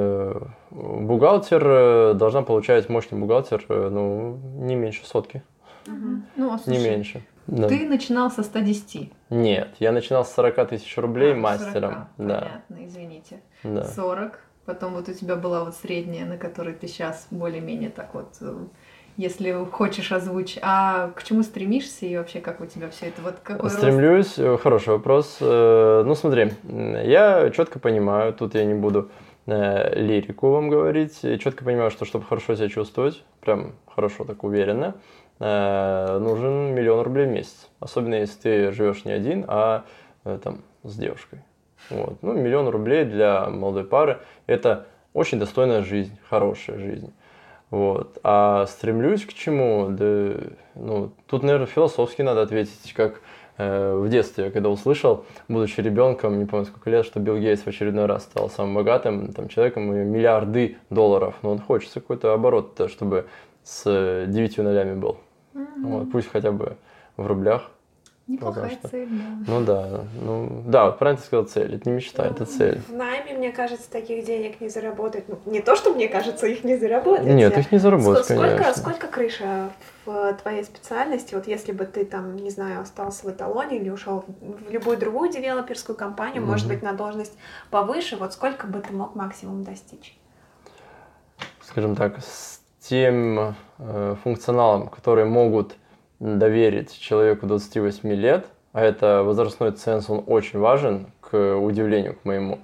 Бухгалтер должна получать, мощный бухгалтер, не меньше 100. Не меньше. Да. Ты начинал со 110? Нет, я начинал с 40 тысяч рублей мастером. 40, да. Понятно, извините. Да. 40, потом у тебя была средняя, на которой ты сейчас более-менее так если хочешь озвучить. А к чему стремишься и вообще как у тебя все это? Какой Стремлюсь, рост? Хороший вопрос. Смотри, я четко понимаю, тут я не буду лирику вам говорить, четко понимаю, что чтобы хорошо себя чувствовать, прям хорошо, так уверенно, нужен 1 000 000 рублей в месяц. Особенно если ты живешь не один, а с девушкой. Вот. 1 000 000 рублей для молодой пары – это очень достойная жизнь, хорошая жизнь. Вот. А стремлюсь к чему? Да, тут, наверное, философски надо ответить, как в детстве, я когда услышал, будучи ребенком, не помню сколько лет, что Билл Гейтс в очередной раз стал самым богатым человеком, и миллиарды долларов. Но он хочется какой-то оборот, чтобы с 9 нулями был. Вот, пусть хотя бы в рублях. Неплохая цель, да. Ну да, вот правильно ты сказал, цель. Это не мечта, это цель. В найме, мне кажется, таких денег не заработать. Ну, не то, что мне кажется, их не заработать. Нет, их не заработать, конечно. Сколько крыша в твоей специальности? Вот если бы ты там, не знаю, остался в эталоне или ушел в любую другую девелоперскую компанию, может быть, на должность повыше, вот сколько бы ты мог максимум достичь? Скажем так, с тем функционалом, который могут доверить человеку 28 лет, а это возрастной ценз, он очень важен, к удивлению к моему,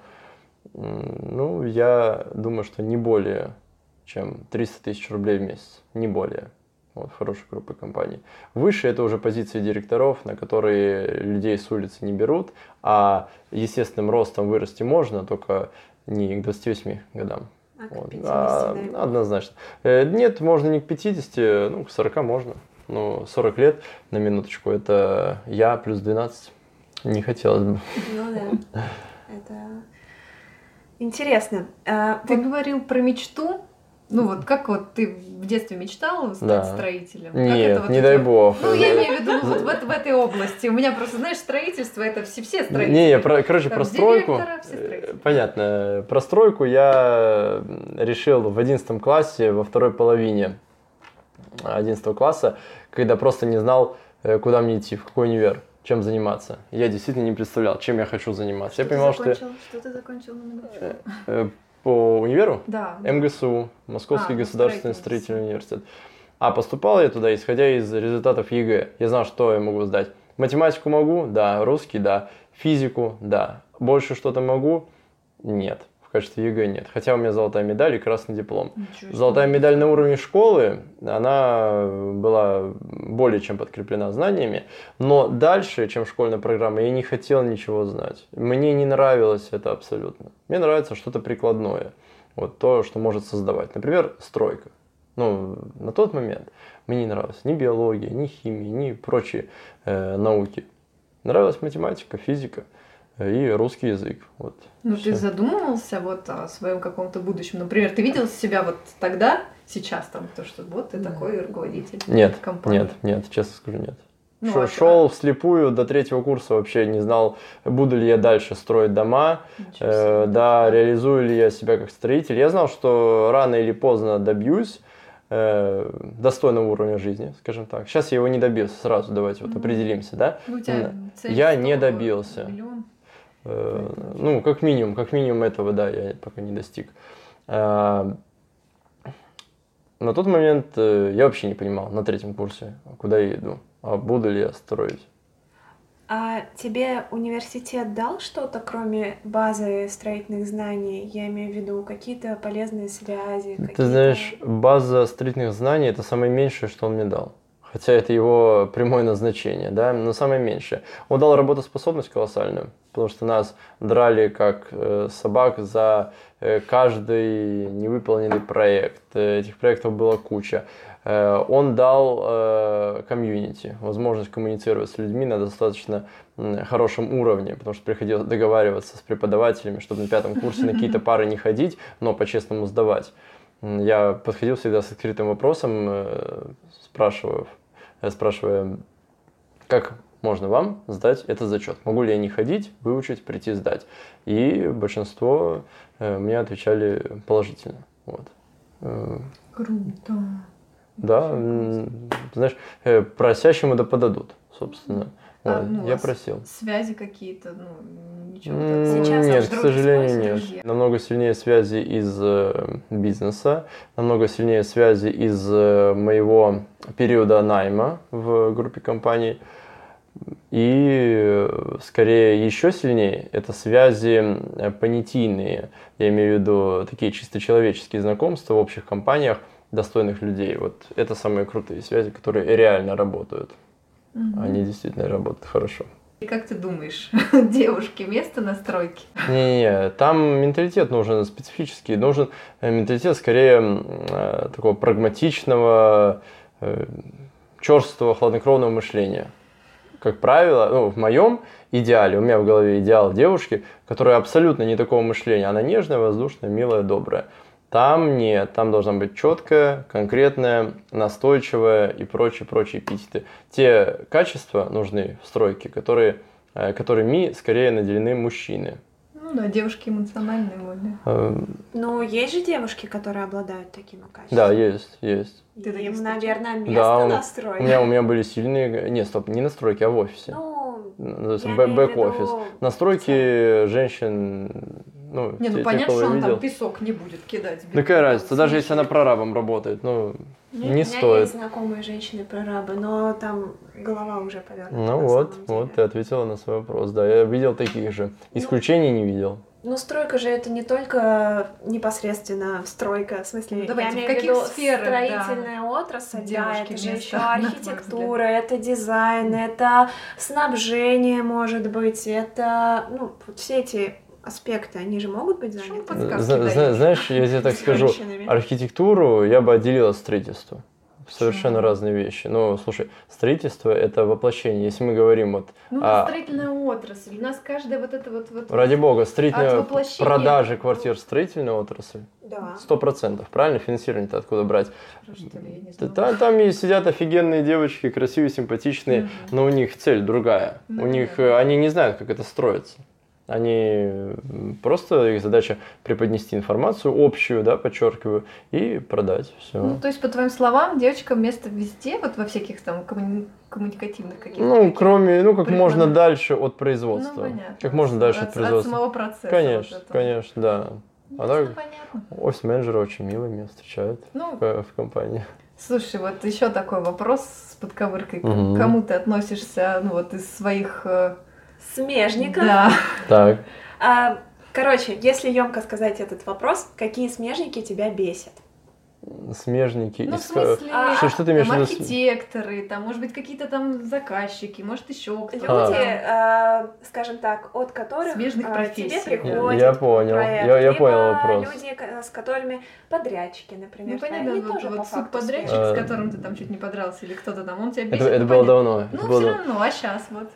ну, я думаю, что не более чем 300 тысяч рублей в месяц, не более, вот, в хорошей группе компаний. Выше это уже позиции директоров, на которые людей с улицы не берут, а естественным ростом вырасти можно, только не к 28 годам. А к 50, однозначно. Нет, можно не к 50, ну, к 40 можно. Ну, 40 лет, на минуточку, это я плюс 12. Не хотелось бы. Ну да, это интересно. Ты говорил про мечту. Ну вот как вот ты в детстве мечтал стать строителем? Нет, вот не дай бог. Ну я имею в виду вот в этой области. У меня просто, знаешь, строительство это все строители. Не, про стройку. Понятно. Про стройку я решил в 11 классе, во второй половине 11 класса, когда просто не знал, куда мне идти, в какой универ, чем заниматься. Я действительно не представлял, чем я хочу заниматься. Я понимал, что ты закончил на МГУ? По универу? Да. МГСУ, Московский государственный строительный университет. А поступал я туда, исходя из результатов ЕГЭ. Я знал, что я могу сдать. Математику могу? Да. Русский? Да. Физику? Да. Больше что-то могу? Нет. В качестве ЕГЭ нет. Хотя у меня золотая медаль и красный диплом. Золотая медаль на уровне школы, она была более чем подкреплена знаниями. Но дальше, чем школьная программа, я не хотел ничего знать. Мне не нравилось это абсолютно. Мне нравится что-то прикладное. Вот то, что может создавать. Например, стройка. Ну, на тот момент мне не нравилась ни биология, ни химия, ни прочие науки. Нравилась математика, физика и русский язык. Вот. Ну, ты задумывался вот о своем каком-то будущем? Например, ты видел себя вот тогда, сейчас там, то, что вот ты такой руководитель компании? Нет, честно скажу, нет. Шел вслепую до 3-го курса, вообще не знал, буду ли я дальше строить дома, реализую ли я себя как строитель. Я знал, что рано или поздно добьюсь достойного уровня жизни, скажем так. Сейчас я его не добился, сразу давайте вот определимся, да? Я не добился. Ну, как минимум этого, да, я пока не достиг. На тот момент я вообще не понимал на 3-м курсе, куда я иду, а буду ли я строить. А тебе университет дал что-то, кроме базы строительных знаний? Я имею в виду какие-то полезные связи? Ты знаешь, база строительных знаний – это самое меньшее, что он мне дал. Хотя это его прямое назначение, да, но самое меньшее. Он дал работоспособность колоссальную, потому что нас драли как собак за каждый невыполненный проект. Этих проектов была куча. Он дал комьюнити, возможность коммуницировать с людьми на достаточно хорошем уровне, потому что приходилось договариваться с преподавателями, чтобы на 5-м курсе на какие-то пары не ходить, но по-честному сдавать. Я подходил всегда с открытым вопросом, спрашивая, как можно вам сдать этот зачет? Могу ли я не ходить, выучить, прийти сдать? И большинство мне отвечали положительно. Вот. Круто. Да, знаешь, просящему да подадут, собственно. Я просил. Связи какие-то, ничего сейчас нет, к сожалению, нет. Намного сильнее связи из бизнеса, намного сильнее связи из моего периода найма в группе компаний. И скорее еще сильнее это связи понятийные. Я имею в виду такие чисто человеческие знакомства в общих компаниях достойных людей. Вот это самые крутые связи, которые реально работают. Они действительно работают хорошо. И как ты думаешь, девушке место на стройке? Не, там менталитет нужен специфический. Нужен менталитет скорее такого прагматичного, черствого, хладнокровного мышления. Как правило, в моем идеале, у меня в голове идеал девушки, которая абсолютно не такого мышления. Она нежная, воздушная, милая, добрая. Там нет, там должна быть четкая, конкретная, настойчивая и прочие эпитеты. Те качества нужны в стройке, которыми скорее наделены мужчины. Ну да, девушки эмоциональные более. Ну, есть же девушки, которые обладают такими качествами. Да, есть. Им, наверное, место на стройке. У меня были сильные... Нет, стоп, не на стройке, а в офисе. Бэк-офис. На стройке женщин... понятно, что он там песок не будет кидать. Какая разница, даже если она прорабом работает, не стоит. У меня есть знакомые женщины-прорабы, но там голова уже повернута. Вот, ты ответила на свой вопрос. Да, я видел таких же. Исключений не видел. Стройка же это не только непосредственно стройка, в смысле, я имею в виду строительная отрасль, это же еще архитектура, это дизайн, это снабжение, может быть, это, все эти аспекты, они же могут быть заняты. Знаешь, я тебе так скажу, архитектуру я бы отделила от строительства. Совершенно разные вещи. Слушай, строительство – это воплощение. Если мы говорим строительная отрасль. У нас каждая вот это вот... Ради бога, продажи квартир – строительная отрасль. Да. 100%. Правильно? Финансирование-то откуда брать? Там сидят офигенные девочки, красивые, симпатичные, но у них цель другая. Они не знают, как это строится. Просто их задача преподнести информацию общую, подчеркиваю, и продать все. То есть, по твоим словам, девочкам место везде, вот во всяких там коммуникативных каких-то... кроме, как можно дальше от производства. Понятно. Как можно дальше от производства. От самого процесса. Конечно, да. Понятно. Офис-менеджеры очень мило меня встречают в компании. Слушай, вот еще такой вопрос с подковыркой. К кому ты относишься, из своих... Смежников. Да. Так. Короче, если емко сказать этот вопрос, какие смежники тебя бесят? Смежники? В смысле, что ты имеешь в виду? Архитекторы, может быть, какие-то там заказчики, может, еще кто-то. Люди, скажем так, от которых смежных тебе приходят я понял. Я понял вопрос. Люди, с которыми подрядчики, например. Понятно, вот субподрядчик, с которым ты там чуть не подрался, или кто-то там, он тебя бесит. Это было давно. Все равно, а сейчас вот.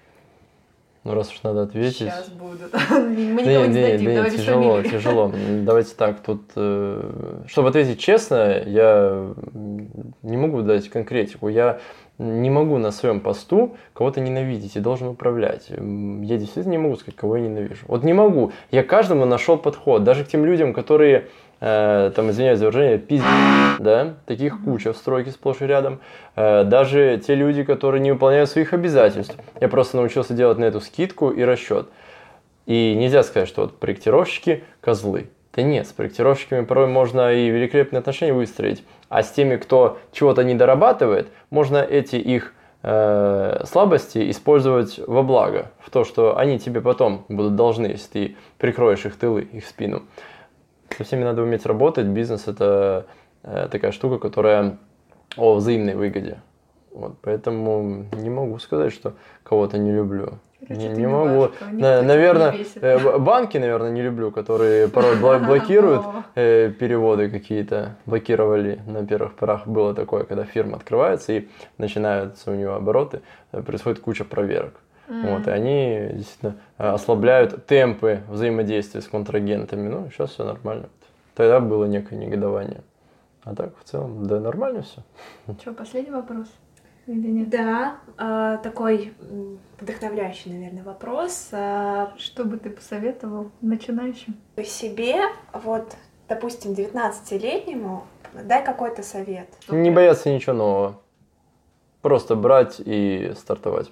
Раз уж надо ответить. Сейчас будут. Мы никого не сдадим, давай без фамилии. Тяжело. Давайте так, тут, чтобы ответить честно, я не могу дать конкретику. Я не могу на своем посту кого-то ненавидеть и должен управлять. Я действительно не могу сказать, кого я ненавижу. Вот не могу. Я каждому нашел подход. Даже к тем людям, которые, извиняюсь за выражение, таких куча в стройке сплошь и рядом. Даже те люди, которые не выполняют своих обязательств. Я просто научился делать на эту скидку и расчет. И нельзя сказать, что проектировщики козлы. Да нет, с проектировщиками порой можно и великолепные отношения выстроить. А с теми, кто чего-то не дорабатывает, можно эти их слабости использовать во благо. В то, что они тебе потом будут должны, если ты прикроешь их тылы, их спину. Со всеми надо уметь работать. Бизнес – это такая штука, которая о взаимной выгоде. Поэтому не могу сказать, что кого-то не люблю. Не могу. Наверное, банки, не люблю, которые порой блокируют переводы какие-то. Блокировали на первых порах. Было такое, когда фирма открывается и начинаются у нее обороты, происходит куча проверок. И они действительно ослабляют темпы взаимодействия с контрагентами. Сейчас все нормально. Тогда было некое негодование. А так, в целом, нормально все. Что, последний вопрос? Или нет? Да, такой вдохновляющий, наверное, вопрос. Что бы ты посоветовал начинающим? Себе, допустим, 19-летнему, дай какой-то совет. Не бояться ничего нового. Просто брать и стартовать.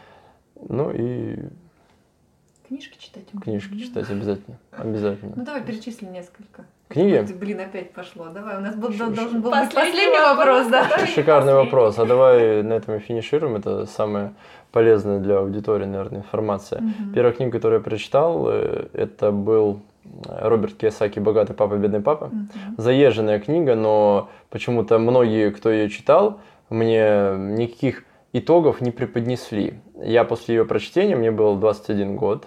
И... Книжки читать? Книжки читать обязательно. Давай перечисли несколько. Книги? Опять пошло. Давай, у нас должен был быть последний вопрос, да? Шикарный вопрос. А давай на этом и финишируем. Это самая полезная для аудитории, наверное, информация. Первая книга, которую я прочитал, это был Роберт Кийосаки «Богатый папа, бедный папа». Заезженная книга, но почему-то многие, кто ее читал, мне никаких итогов не преподнесли. Я после ее прочтения, мне был 21 год,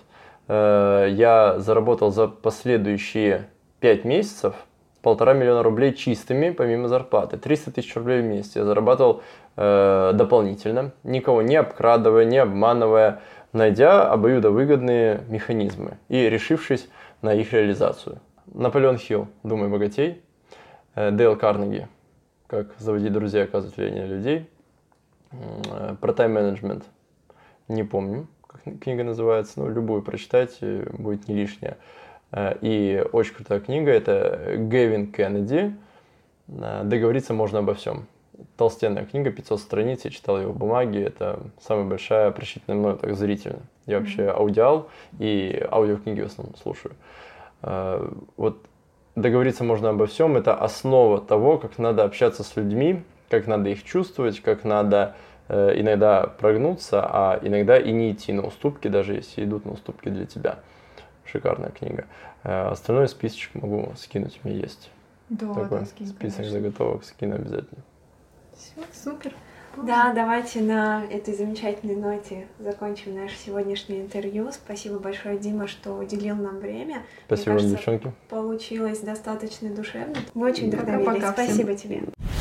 я заработал за последующие 5 месяцев 1,5 миллиона рублей чистыми, помимо зарплаты. 300 тысяч рублей в месяц я зарабатывал дополнительно, никого не обкрадывая, не обманывая, найдя обоюдовыгодные механизмы и решившись на их реализацию. Наполеон Хилл «Думай богатей», Дейл Карнеги «Как заводить друзей и оказывать влияние на людей», про тайм-менеджмент не помню, как книга называется, но любую прочитайте, будет не лишнее. И очень крутая книга, это Гэвин Кеннеди «Договориться можно обо всем». Толстенная книга, 500 страниц, я читал ее в бумаге, это самая большая, прочитанная мной так зрительно. Я вообще аудиал и аудиокниги в основном слушаю. Вот договориться можно обо всем, это основа того, как надо общаться с людьми, как надо их чувствовать, как надо иногда прогнуться, а иногда и не идти на уступки, даже если идут на уступки для тебя. Шикарная книга. Остальной списочек могу скинуть, у меня есть. Да, такой скинь, список конечно. заготовок, скину обязательно. Все, супер. Да, давайте на этой замечательной ноте закончим наше сегодняшнее интервью. Спасибо большое, Дима, что уделил нам время. Спасибо вам, девчонки. Получилось достаточно душевно. Мы очень вдохновились. Пока-пока всем. Спасибо тебе.